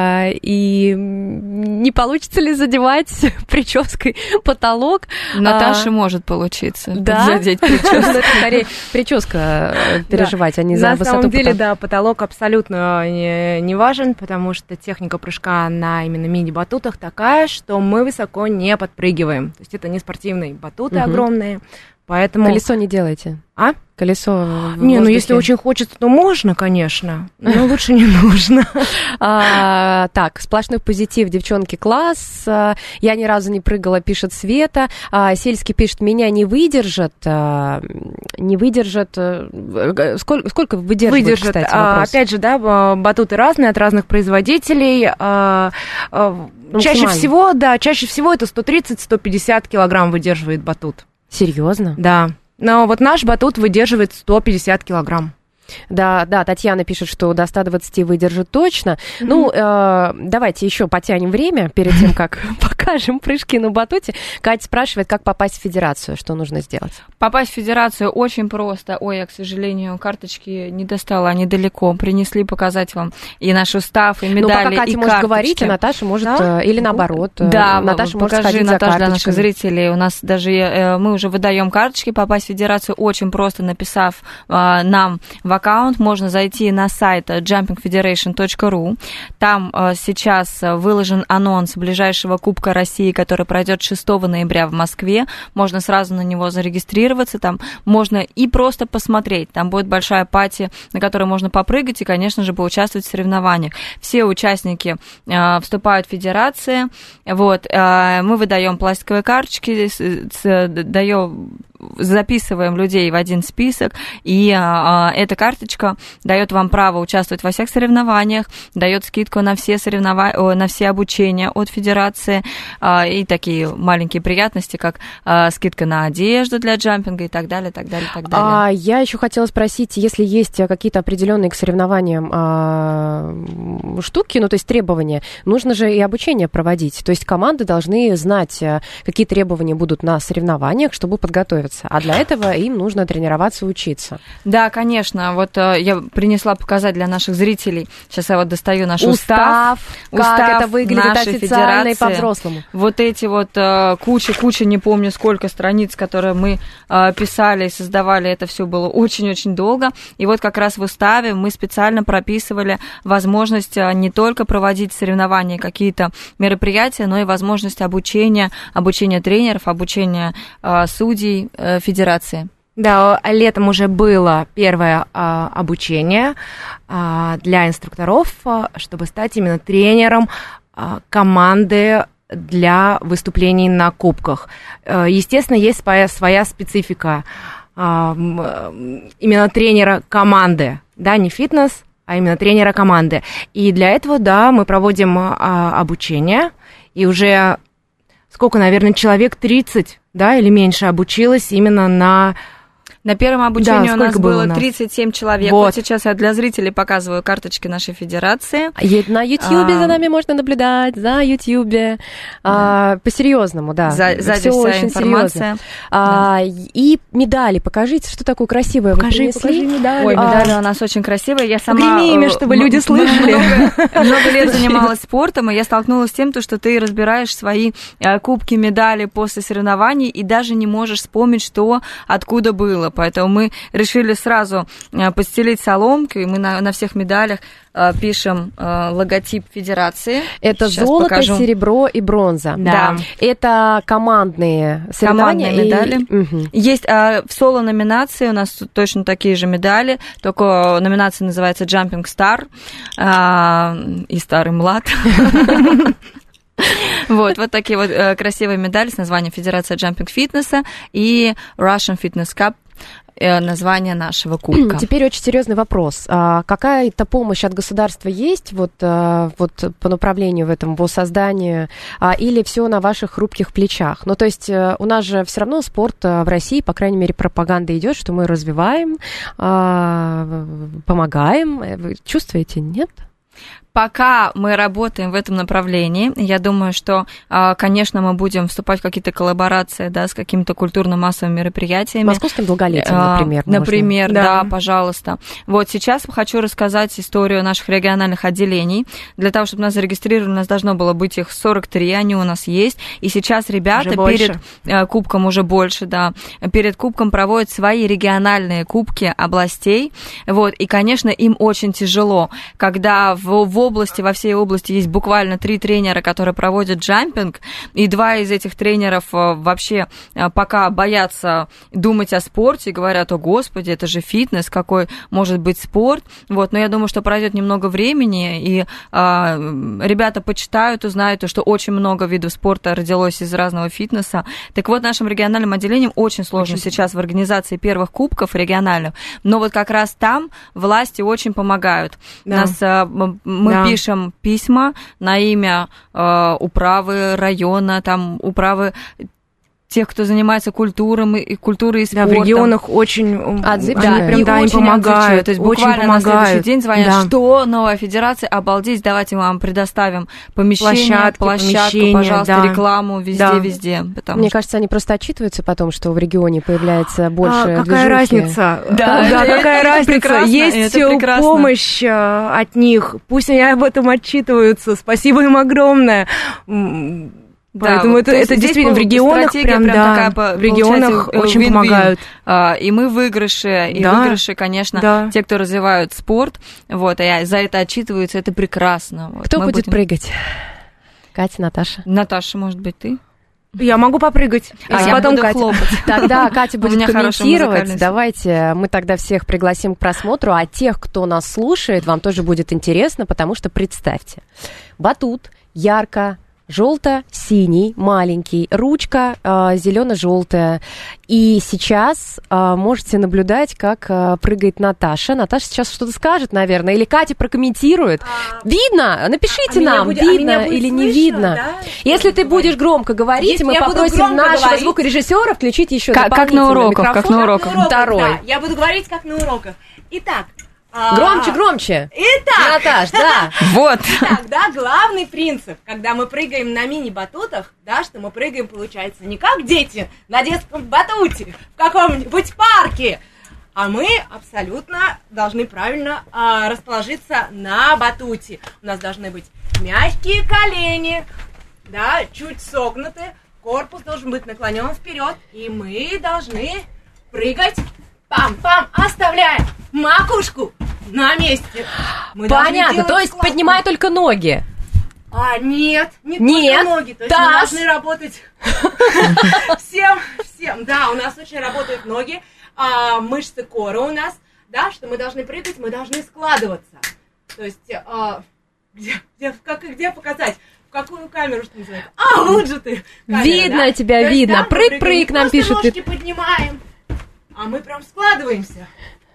и не получится ли задевать прической потолок. Наташе а... может получиться. Да? Задеть прическу. Скорее, прическа переживать, а не за На высоту самом деле, потолка. да, потолок абсолютно не, не важен, потому что техника прыжка на именно мини-батутах такая, что мы высоко не подпрыгиваем. То есть это не спортивные батуты Мгм. огромные, поэтому... Колесо не делаете? А? Колесо в Не, ну воздухе. если очень хочется, то можно, конечно, но лучше не нужно. А, так, сплошной позитив, девчонки, класс. А, я ни разу не прыгала, пишет Света. А, Сельский пишет, меня не выдержат. А, не выдержат. а, Сколько, сколько выдерживает, Выдержит. кстати, А, вопрос? опять же, да, батуты разные от разных производителей. А, а, чаще Максимально. всего, да, чаще всего это сто тридцать - сто пятьдесят килограмм выдерживает батут. Серьезно? Да. Но вот наш батут выдерживает сто пятьдесят килограмм. Да, да, Татьяна пишет, что до ста двадцати выдержит точно. Mm-hmm. Ну, э, давайте еще потянем время перед тем, как покажем прыжки на батуте. Катя спрашивает, как попасть в федерацию, что нужно сделать? Попасть в федерацию очень просто. Ой, я, к сожалению, карточки не достала, они далеко. Принесли показать вам и наш устав, и медали, ну, пока Катя и может карточки. говорить, а Наташа может, да? Или наоборот. Да, Наташа может покажи, сходить Наташа, за для наших зрителей. У нас даже, э, мы уже выдаем карточки. Попасть в федерацию очень просто, написав э, нам в аккаунт. Можно зайти на сайт джампинг федерейшн точка ру. Там э, сейчас выложен анонс ближайшего Кубка России, который пройдет шестого ноября в Москве. Можно сразу на него зарегистрироваться. Там можно и просто посмотреть. Там будет большая пати, на которой можно попрыгать и, конечно же, поучаствовать в соревнованиях. Все участники э, вступают в федерации. Вот, э, мы выдаем пластиковые карточки, с, с, даем, записываем людей в один список, и э, эта карточка дает вам право участвовать во всех соревнованиях, дает скидку на все соревнования, на все обучения от федерации, э, и такие маленькие приятности, как э, скидка на одежду для джампинга и так далее, так далее, так далее. А я еще хотела спросить, если есть какие-то определенные к соревнованиям э, штуки, ну то есть требования, нужно же и обучение проводить, то есть команды должны знать, какие требования будут на соревнованиях, чтобы подготовиться. А для этого им нужно тренироваться и учиться. Да, конечно. Вот э, я принесла показать для наших зрителей. Сейчас я вот достаю наш устав. Устав, как устав это выглядит официально и по-взрослому. Вот эти вот э, куча-куча, не помню сколько страниц, которые мы э, писали и создавали, это все было очень-очень долго. И вот как раз в уставе мы специально прописывали возможность э, не только проводить соревнования, какие-то мероприятия, но и возможность обучения, обучения тренеров, обучения э, судей, федерации. Да, летом уже было первое а, обучение а, для инструкторов, а, чтобы стать именно тренером а, команды для выступлений на кубках. А, естественно, есть своя, своя специфика а, именно тренера команды, да, не фитнес, а именно тренера команды. И для этого, да, мы проводим а, обучение, и уже сколько, наверное, человек тридцать, да, или меньше обучилась именно на... На первом обучении да, у нас было у нас? тридцать семь человек. Вот. Вот сейчас я для зрителей показываю карточки нашей федерации. На Ютьюбе а... за нами можно наблюдать, за Ютьюбе. Да. А, по-серьезному, да. За, сзади все вся очень информация. Серьезно. А, да. И медали. Покажите, что такое красивое. Покажи, покажи медали. Ой, медали а... у нас очень красивые. Я сама... Прими имя, чтобы люди слышали. Много, много лет занималась спортом, и я столкнулась с тем, что ты разбираешь свои кубки, медали после соревнований, и даже не можешь вспомнить, что откуда было. Поэтому мы решили сразу постелить соломку, и мы на, на всех медалях э, пишем э, логотип федерации. Это Сейчас золото, покажу. Серебро и бронза. Да. Это командные соревнования. Командные медали. И... Угу. Есть э, в соло-номинации у нас точно такие же медали, только номинация называется Jumping Star э, и Старый Млад. Вот, вот такие вот э, красивые медали с названием Федерация Jumping Фитнеса и Russian Fitness Cup, название нашего кубка. Теперь очень серьезный вопрос. А какая-то помощь от государства есть вот, вот по направлению в этом воссозданию, а, или все на ваших хрупких плечах? Ну, то есть у нас же все равно спорт в России, по крайней мере, пропаганда идет, что мы развиваем, а, помогаем. Вы чувствуете, нет? Пока мы работаем в этом направлении, я думаю, что, конечно, мы будем вступать в какие-то коллаборации, да, с какими-то культурно-массовыми мероприятиями. Московским долголетием, например. Например, можно. да, да, пожалуйста. Вот сейчас хочу рассказать историю наших региональных отделений. Для того, чтобы нас зарегистрировали, у нас должно было быть их сорок три, они у нас есть. И сейчас ребята перед кубком уже больше, да, перед кубком проводят свои региональные кубки областей. Вот, и, конечно, им очень тяжело, когда в, в области, во всей области есть буквально три тренера, которые проводят джампинг, и два из этих тренеров вообще пока боятся думать о спорте и говорят: о, Господи, это же фитнес, какой может быть спорт. Вот, но я думаю, что пройдет немного времени, и а, ребята почитают, узнают, что очень много видов спорта родилось из разного фитнеса. Так вот, нашим региональным отделением очень сложно очень. сейчас в организации первых кубков региональных, но вот как раз там власти очень помогают. Да. Нас, мы да. пишем письма на имя э, управы района, там, управы тех, кто занимается культурой и культурой и спортом. Да, в регионах очень Отзыв, они да, прям, и да, им очень помогают. отзывчивы. То есть очень буквально помогают. на следующий день звонят, Да. что новая федерация, обалдеть, давайте мы вам предоставим помещение, Площадки, площадку, помещения, пожалуйста, да. рекламу везде-везде. Да. Мне кажется, они просто отчитываются потом, что в регионе появляется больше а, какая движухи. разница? Да, да это- какая это разница? прекрасно, Есть это прекрасно. помощь а, от них. Пусть они об этом отчитываются. Спасибо им огромное. М, Да, Поэтому вот, это, то есть это здесь действительно в пол- регионах стратегия прям, прям да, такая, по- в регионах получается, очень win-win. помогают. А, и мы выигрыши, и Да. выигрыши, конечно, Да. те, кто развивают спорт, вот, и за это отчитываются, это прекрасно. Вот. Кто Мы будет будем- прыгать? Катя, Наташа? Наташа, может быть, ты? Я могу попрыгать. А Если я потом буду Катя. хлопать. Тогда Катя У будет меня хороший комментировать. музыкальный Давайте мы тогда всех пригласим к просмотру, а тех, кто нас слушает, вам тоже будет интересно, потому что представьте, батут ярко желто-синий, маленький, ручка э, зелено-желтая. И сейчас э, можете наблюдать, как э, прыгает Наташа. Наташа сейчас что-то скажет, наверное, или Катя прокомментирует. А, видно? Напишите а меня нам, будет- а видно меня будет или не слышно, видно. да? Если Что ты вы будешь говорите? громко говорить, Если мы я буду попросим громко нашего говорить- звукорежиссера включить еще Как- как на уроках, как на уроках. На уроках, Второй. да. Я буду говорить, как на уроках. Итак. а, Громче, громче. Итак. Наташ, да. Вот. Итак, да, главный принцип, когда мы прыгаем на мини-батутах, да, что мы прыгаем, получается, не как дети на детском батуте в каком-нибудь парке, а мы абсолютно должны правильно а, расположиться на батуте. У нас должны быть мягкие колени, да, чуть согнуты, корпус должен быть наклонен вперед, и мы должны прыгать, пам-пам, оставляя макушку на месте. Мы должны Понятно, делать то есть складку. поднимай только ноги. А, нет, не Нет, только ноги. То есть таз. мы должны работать всем, всем. Да, у нас очень работают ноги, а, мышцы кора у нас, да, что мы должны прыгать, мы должны складываться. То есть, а, где, где, как, где показать? В какую камеру, что называется? А, вот же ты! камера, Видно да? тебя, То есть, видно. да, мы Прыг, прыгаем, прыг, не нам просто пишут. ножки поднимаем, а мы прям складываемся.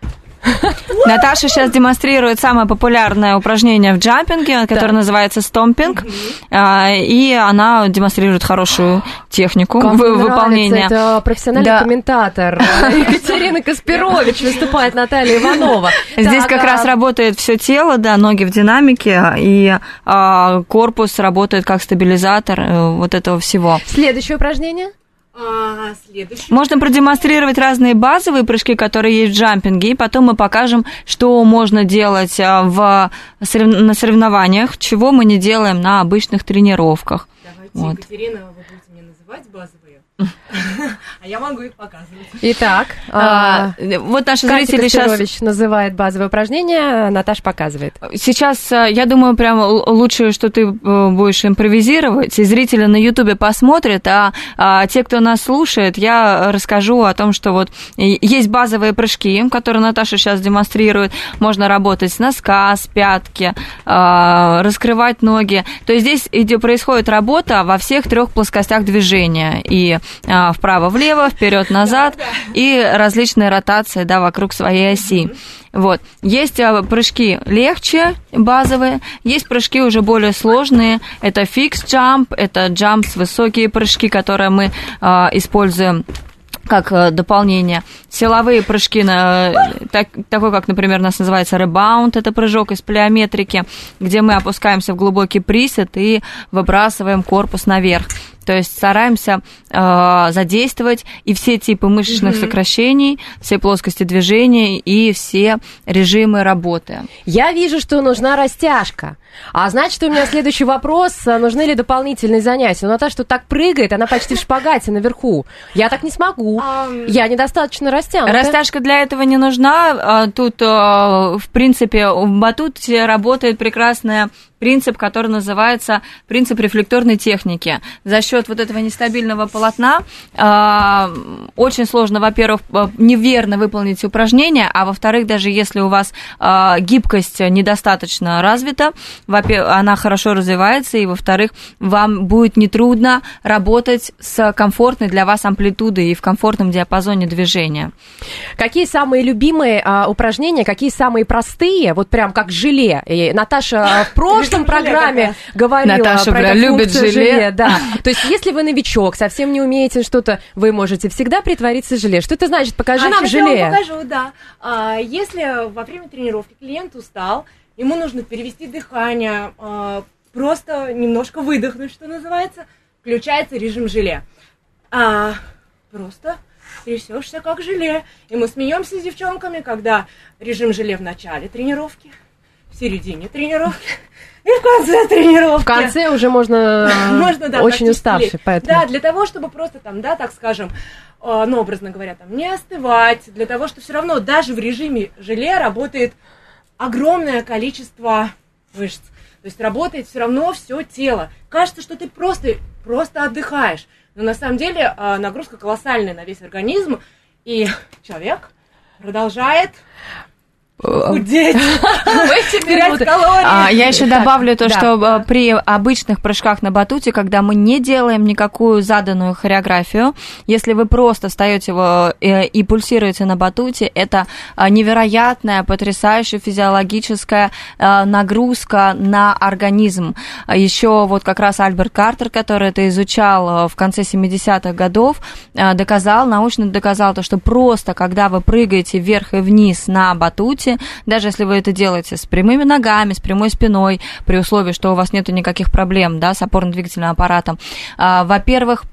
Наташа сейчас демонстрирует самое популярное упражнение в джампинге, которое называется стомпинг, а, и она демонстрирует хорошую технику Как вы- мне нравится, выполнения. это профессиональный Да. комментатор Екатерина Каспирович, выступает Наталья Иванова. Здесь Так, как а раз работает все тело, да, ноги в динамике, и а, корпус работает как стабилизатор э, вот этого всего. Следующее упражнение. А, следующий. Можно продемонстрировать разные базовые прыжки, которые есть в джампинге, и потом мы покажем, что можно делать а, в сорев- на соревнованиях, чего мы не делаем на обычных тренировках. Давайте, Вот. Екатерина, вы будете мне называть базовые, а я могу их показывать. Итак, А, а, вот наши Катя зрители сейчас... Каспирович называет базовое упражнение, Наташа показывает. Сейчас, э, я думаю, прям л- лучше, что ты э, будешь импровизировать, и зрители на Ютубе посмотрят, а, а те, кто нас слушает, я расскажу о том, что вот и- есть базовые прыжки, которые Наташа сейчас демонстрирует, можно работать с носка, с пятки, а, раскрывать ноги, то есть здесь идет, происходит работа во всех трех плоскостях движения, и а, вправо-влево, вперед-назад, и различные ротации, да, вокруг своей оси. Вот. Есть а, прыжки легче, базовые, есть прыжки уже более сложные. Это fixed jump, это jumps, высокие прыжки, которые мы а, используем как а, дополнение. Силовые прыжки, на, так, такой, как, например, у нас называется rebound, это прыжок из плеометрики, где мы опускаемся в глубокий присед и выбрасываем корпус наверх. То есть стараемся э, задействовать и все типы мышечных mm-hmm. сокращений, все плоскости движения и все режимы работы. Я вижу, что нужна растяжка. А значит, у меня следующий вопрос. Нужны ли дополнительные занятия? Ну, Наташа тут так прыгает, она почти в шпагате наверху. Я так не смогу. Um... Я недостаточно растянута. Растяжка для этого не нужна. Тут, в принципе, в батуте работает прекрасная принцип, который называется принцип рефлекторной техники. За счет вот этого нестабильного полотна э, очень сложно, во-первых, неверно выполнить упражнение, а во-вторых, даже если у вас э, гибкость недостаточно развита, она хорошо развивается, и, во-вторых, вам будет нетрудно работать с комфортной для вас амплитудой и в комфортном диапазоне движения. Какие самые любимые а, упражнения, какие самые простые, вот прям как желе? И Наташа в прошлом прошлом программе говорила Наташа про прям эту любит функцию желе. желе. Да. То есть, если вы новичок, совсем не умеете что-то, вы можете всегда притвориться желе. Что это значит? Покажи а нам сейчас желе. я вам покажу, да. А, если во время тренировки клиент устал, ему нужно перевести дыхание, а, просто немножко выдохнуть, что называется, включается режим желе. А, просто трясешься как желе. И мы смеемся с девчонками, когда режим желе в начале тренировки, в середине тренировки и в конце тренировки. В конце уже можно, можно да, очень уставший, поэтому. Да, для того, чтобы просто там, да, так скажем, э, ну, образно говоря, там, не остывать, для того, что все равно даже в режиме желе работает огромное количество мышц. То есть работает все равно все тело. Кажется, что ты просто, просто отдыхаешь. Но на самом деле э, нагрузка колоссальная на весь организм, и человек продолжает худеть, терять калории. А, я еще Так, добавлю то, да. что а, при обычных прыжках на батуте, когда мы не делаем никакую заданную хореографию, если вы просто встаете его и, и пульсируете на батуте, это а, невероятная, потрясающая физиологическая а, нагрузка на организм. А еще вот как раз Альберт Картер, который это изучал а, в конце семидесятых годов, а, доказал, научно доказал то, что просто когда вы прыгаете вверх и вниз на батуте, даже если вы это делаете с прямыми ногами, с прямой спиной, при условии, что у вас нет никаких проблем, да, с опорно-двигательным аппаратом, а, во-первых,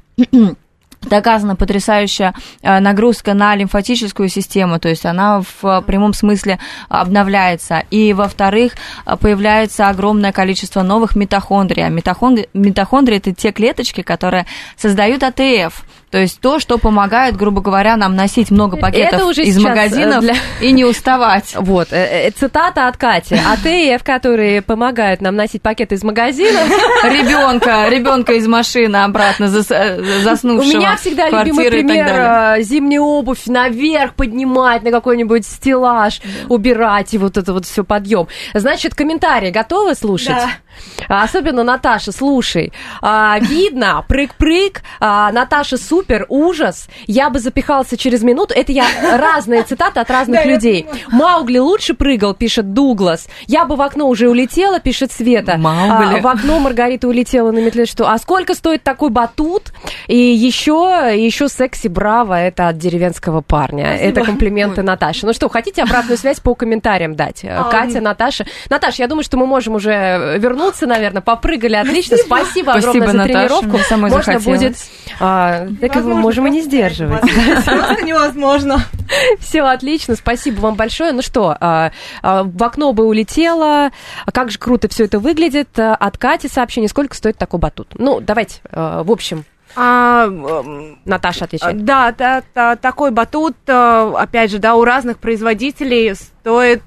доказана потрясающая нагрузка на лимфатическую систему, то есть она в прямом смысле обновляется. И, во-вторых, появляется огромное количество новых митохондрий. А митохондрии, митохондрии – это те клеточки, которые создают А Т Ф, то есть то, что помогает, грубо говоря, нам носить много пакетов уже из магазинов для... и не уставать. Вот, э, э, цитата от Кати. А Т Ф, которые помогают нам носить пакеты из магазина. Ребенка, ребенка из машины обратно зас, заснувшего. У меня всегда любимый пример: зимнюю обувь наверх поднимать на какой-нибудь стеллаж, убирать и вот это вот все подъем. Значит, комментарии готовы слушать? Да. Особенно Наташа, слушай. А, видно, прыг-прыг, а, Наташа супер, ужас. Я бы запихался через минуту. Это я разные цитаты от разных людей. Маугли лучше прыгал, пишет Дуглас. Я бы в окно уже улетела, пишет Света. Маугли. А, в окно Маргарита улетела на метле. Что? А сколько стоит такой батут? И еще, еще секси браво, это от деревенского парня. Спасибо. Это комплименты Наташи. Ну что, хотите обратную связь по комментариям дать? Катя, Наташа. Наташа, я думаю, что мы можем уже вернуться, наверное, попрыгали отлично. Спасибо, Спасибо огромное за Наташа, тренировку. мне самой Можно захотелось. будет... А, так и мы можем и не сдерживать. Просто невозможно. Все отлично, спасибо вам большое. Ну что, а, а, в окно бы улетело. Как же круто все это выглядит. От Кати сообщение, сколько стоит такой батут? Ну, давайте, а, в общем... А, Наташа отвечает. Да, да, да, такой батут, опять же, да, у разных производителей стоит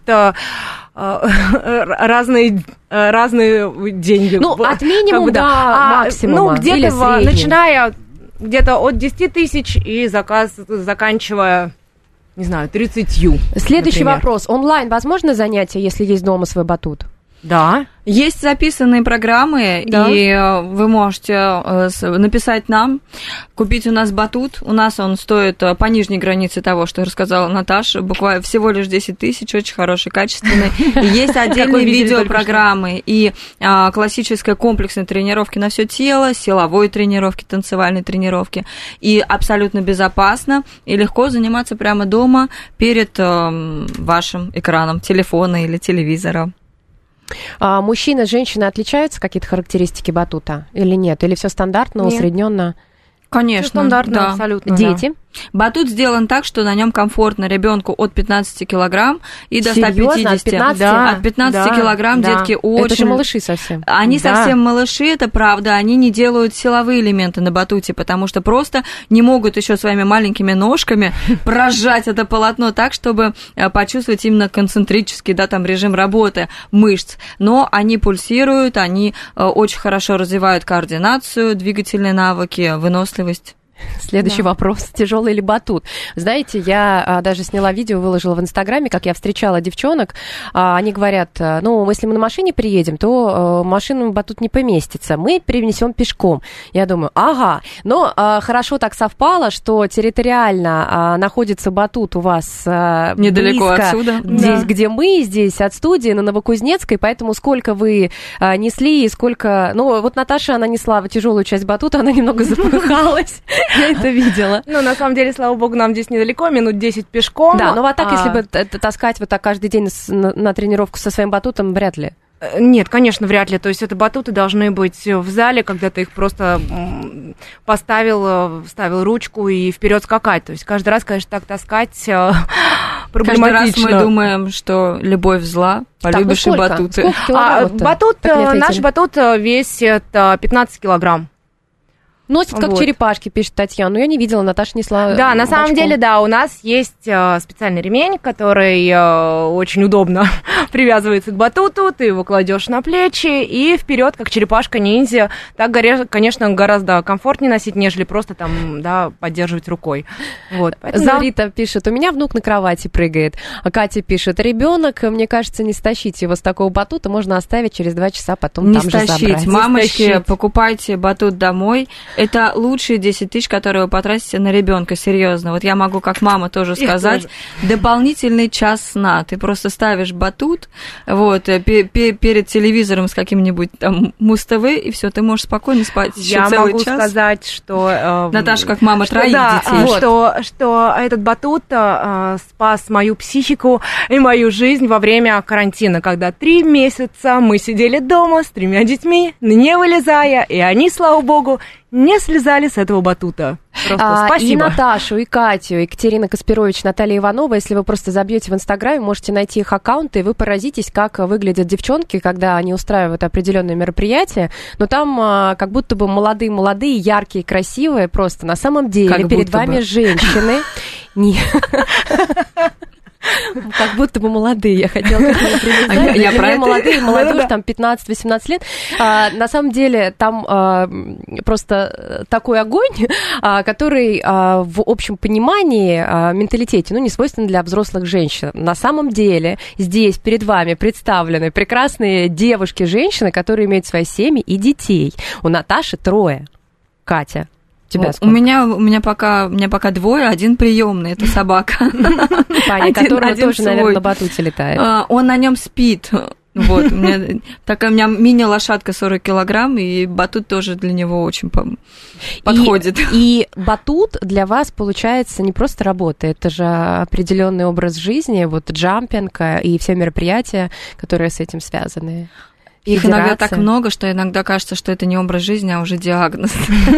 разные, разные деньги. Ну, от минимума как бы, до да. максимума. Ну, где-то, или в, начиная где-то от десяти тысяч и заказ, заканчивая, не знаю, тридцатью. Следующий например. вопрос. Онлайн возможно занятие, если есть дома свой батут? Да. Есть записанные программы, Да. и э, вы можете э, с- написать нам, купить у нас батут. У нас он стоит э, по нижней границе того, что рассказала Наташа, буквально всего лишь десять тысяч, очень хороший, качественный. И есть отдельные видели только видеопрограммы и э, классическая комплексная тренировки на все тело, силовой тренировки, танцевальной тренировки. И абсолютно безопасно и легко заниматься прямо дома перед э, вашим экраном телефона или телевизора. А мужчины, женщины отличаются какие-то характеристики батута или нет? Или все стандартно, Нет. усредненно? Конечно, Всё стандартно, да. абсолютно. Дети? Батут сделан так, что на нем комфортно ребенку от пятнадцати килограмм и до ста Серьёзно? От пятидесяти. пятнадцати? Да, от пятнадцати Да, килограмм да. детки очень... Это же малыши совсем. Они Да. совсем малыши, это правда, они не делают силовые элементы на батуте, потому что просто не могут еще своими маленькими ножками прожать это полотно так, чтобы э, почувствовать именно концентрический, да, там, режим работы мышц. Но они пульсируют, они э, очень хорошо развивают координацию, двигательные навыки, выносливость. Следующий да. вопрос. Тяжелый ли батут? Знаете, я а, даже сняла видео, выложила в Инстаграме, как я встречала девчонок. А, они говорят, ну, если мы на машине приедем, то а, машину батут не поместится. Мы перенесем пешком. Я думаю, ага. Но а, хорошо так совпало, что территориально а, находится батут у вас а, недалеко близко, отсюда. Здесь, да. где мы, здесь от студии на Новокузнецкой, поэтому сколько вы а, несли и сколько... Ну, вот Наташа, она несла тяжелую часть батута, она немного запыхалась. Я это видела. Ну, на самом деле, слава богу, нам здесь недалеко, минут десять пешком. Да, ну а так, а... если бы таскать вот так каждый день на, на тренировку со своим батутом, вряд ли. Нет, конечно, вряд ли. То есть это батуты должны быть в зале, когда ты их просто поставил, вставил ручку и вперед скакать. То есть каждый раз, конечно, так таскать проблематично. Каждый раз мы думаем, что любовь зла, полюбишь так, ну и батуты. А, батут, наш батут весит пятнадцать килограмм. Носит как вот. черепашки, пишет Татьяна. Но я не видела, Наташа несла Да, на бачком. самом деле, да, у нас есть э, специальный ремень, который э, очень удобно привязывается к батуту, ты его кладешь на плечи и вперед, как черепашка-ниндзя. Так, конечно, гораздо комфортнее носить, нежели просто там, да, поддерживать рукой. Вот. Поэтому, Зарита да. пишет, у меня внук на кровати прыгает. А Катя пишет, ребенок, мне кажется, не стащить его с такого батута, можно оставить через два часа, потом не там стащить. же забрать. Мамочки, не стащить. Покупайте батут домой. Это лучшие десять тысяч, которые вы потратите на ребенка, серьезно. Вот я могу как мама тоже сказать, дополнительный час сна. Ты просто ставишь батут вот, перед телевизором с каким-нибудь там Муз-ТВ, и все, ты можешь спокойно спать еще я целый час. Я могу сказать, что... Э, Наташа, как мама что, троих да, детей. Вот. Что, что этот батут э, спас мою психику и мою жизнь во время карантина, когда три месяца мы сидели дома с тремя детьми, не вылезая, и они, слава богу, не слезали с этого батута. Просто а, спасибо. И Наташу, и Катю, Екатерина Каспирович, Наталья Иванова. Если вы просто забьете в Инстаграме, можете найти их аккаунты, и вы поразитесь, как выглядят девчонки, когда они устраивают определенные мероприятия. Но там а, как будто бы молодые-молодые, яркие, красивые. Просто на самом деле как перед вами бы. женщины. Нет. Как будто бы молодые, я хотела как-нибудь привязать. Я про молодые, молодежь, там пятнадцать-восемнадцать лет. А, на самом деле там а, просто такой огонь, а, который а, в общем понимании, а, менталитете, ну, не свойственно для взрослых женщин. На самом деле здесь перед вами представлены прекрасные девушки, женщины, которые имеют свои семьи и детей. У Наташи трое. Катя. Тебя у меня у меня пока у меня пока двое, один приемный, это собака. Паня, которая тоже, наверное, на батуте летает. Он на нем спит. Вот, у меня такая у меня мини-лошадка сорок килограмм, и батут тоже для него очень подходит. И, и батут для вас, получается, не просто работа, это же определенный образ жизни, вот джампинг и все мероприятия, которые с этим связаны. Их Федерация. Иногда так много, что иногда кажется, что это не образ жизни, а уже диагноз.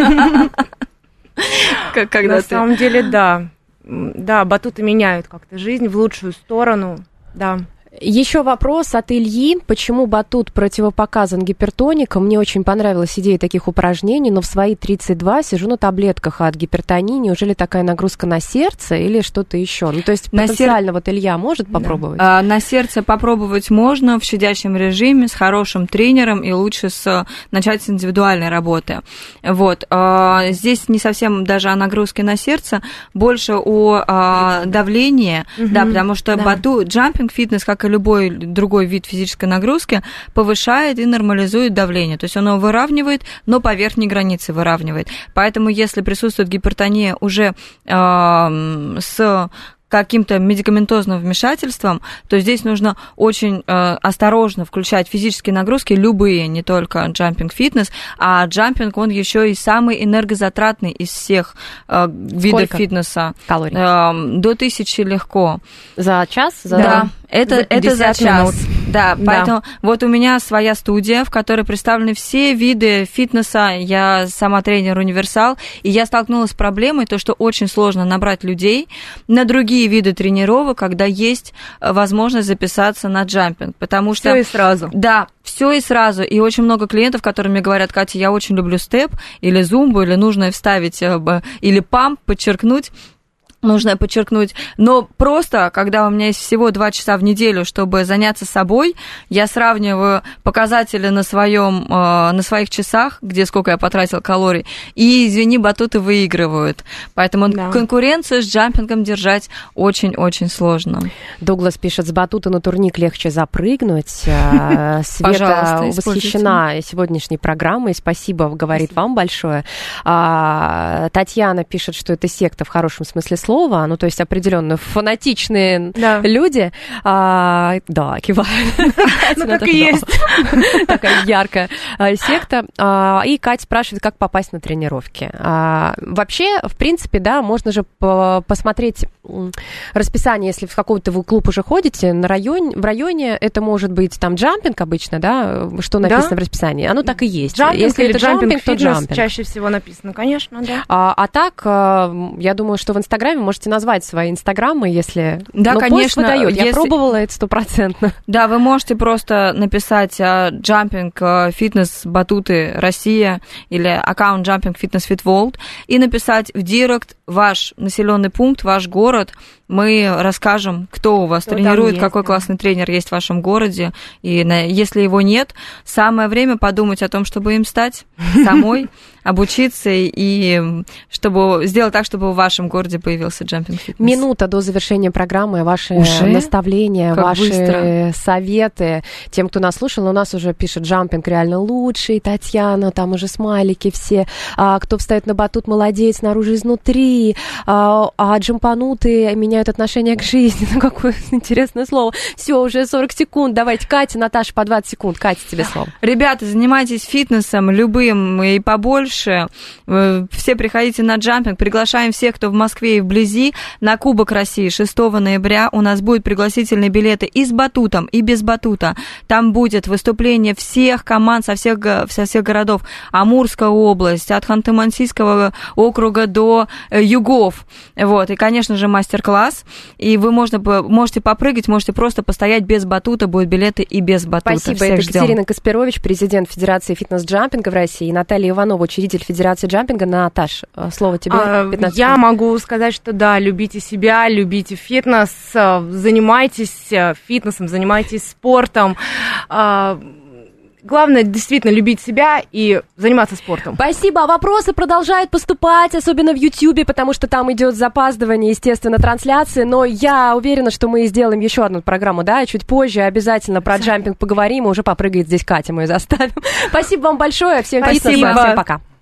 На самом деле, да. Да, батуты меняют как-то жизнь в лучшую сторону, да. Еще вопрос от Ильи. Почему батут противопоказан гипертоникам? Мне очень понравилась идея таких упражнений, но в свои тридцать два сижу на таблетках от гипертонии. Неужели такая нагрузка на сердце или что-то еще? Ну, то есть на потенциально сер... вот Илья может попробовать? Да. А, на сердце попробовать можно в щадящем режиме, с хорошим тренером, и лучше с... начать с индивидуальной работы. Вот. А, здесь не совсем даже о нагрузке на сердце, больше о а, давлении, угу. да, потому что да. батут, джампинг, фитнес, как и любой другой вид физической нагрузки, повышает и нормализует давление. То есть оно выравнивает, но по верхней границе выравнивает. Поэтому если присутствует гипертония уже э, с каким-то медикаментозным вмешательством, то здесь нужно очень э, осторожно включать физические нагрузки, любые, не только джампинг-фитнес, а джампинг, он еще и самый энергозатратный из всех э, видов фитнеса. Калорий? Э, до тысячи легко. За час? За... Да. Это, это за час. Минут. Да, да, поэтому вот у меня своя студия, в которой представлены все виды фитнеса. Я сама тренер-универсал, и я столкнулась с проблемой, то, что очень сложно набрать людей на другие виды тренировок, когда есть возможность записаться на джампинг, потому что... Все и сразу. Да, все и сразу. И очень много клиентов, которые мне говорят: Катя, я очень люблю степ или зумбу, или нужно вставить, или памп, подчеркнуть. нужно подчеркнуть. Но просто, когда у меня есть всего два часа в неделю, чтобы заняться собой, я сравниваю показатели на, своем, на своих часах, где сколько я потратил калорий, и, извини, батуты выигрывают. Поэтому да. конкуренцию с джампингом держать очень-очень сложно. Дуглас пишет, с батута на турник легче запрыгнуть. Света восхищена сегодняшней программой. Спасибо, говорит Спасибо. Вам большое. Татьяна пишет, что это секта в хорошем смысле слова. Ну, то есть определенно фанатичные да. люди. А, да, кивают. Ну, так и есть. Такая яркая секта. И Катя спрашивает, как попасть на тренировки. Вообще, в принципе, да, можно же посмотреть расписание, если в какой-то вы клуб уже ходите, на районе, в районе это может быть там джампинг обычно, да, что написано да? в расписании. Оно так и есть. Джампинг если это джампинг, то джампинг. Чаще всего написано, конечно, да. А, а так, я думаю, что в Инстаграме можете назвать свои инстаграмы, если... Да, ну, конечно. Выдает. Если... Я пробовала это стопроцентно. Да, вы можете просто написать джампинг фитнес батуты Россия или аккаунт джампинг фитнес фит ворлд и написать в директ ваш населенный пункт, ваш город. Мы расскажем, кто у вас кто тренирует, есть, какой да. классный тренер есть в вашем городе. И на, если его нет, самое время подумать о том, чтобы им стать самой, обучиться и чтобы сделать так, чтобы в вашем городе появился джампинг фитнес. Минута до завершения программы. Ваши уже? наставления, как ваши быстро. советы тем, кто нас слушал. У нас уже пишет, джампинг реально лучший. Татьяна, там уже смайлики все. А, кто встает на батут, молодец, снаружи изнутри. А, а джампанутые меняют отношение к жизни. Ну, какое интересное слово. Все, уже сорок секунд. Давайте, Катя, Наташа, по двадцать секунд. Катя, тебе слово. Ребята, занимайтесь фитнесом любым и побольше. Все приходите на джампинг. Приглашаем всех, кто в Москве и вблизи, на Кубок России шестого ноября. У нас будут пригласительные билеты и с батутом, и без батута. Там будет выступление всех команд со всех, со всех городов. Амурская область, от Ханты-Мансийского округа до югов. Вот. И, конечно же, мастер-класс. И вы можно, можете попрыгать, можете просто постоять без батута. Будут билеты и без батута. Спасибо. Всех Это ждем. Екатерина Каспирович, президент Федерации фитнес-джампинга в России, и Наталья Иванова, учредитель Федерации джампинга. Наташ, слово тебе. пятнадцать Я могу сказать, что да, любите себя, любите фитнес, занимайтесь фитнесом, занимайтесь спортом. Главное, действительно, любить себя и заниматься спортом. Спасибо. Вопросы продолжают поступать, особенно в Ютьюбе, потому что там идет запаздывание, естественно, трансляции. Но я уверена, что мы сделаем еще одну программу, да, чуть позже обязательно про джампинг поговорим, и уже попрыгает здесь Катя, мы ее заставим. Спасибо вам большое. Всем Спасибо. Всем пока.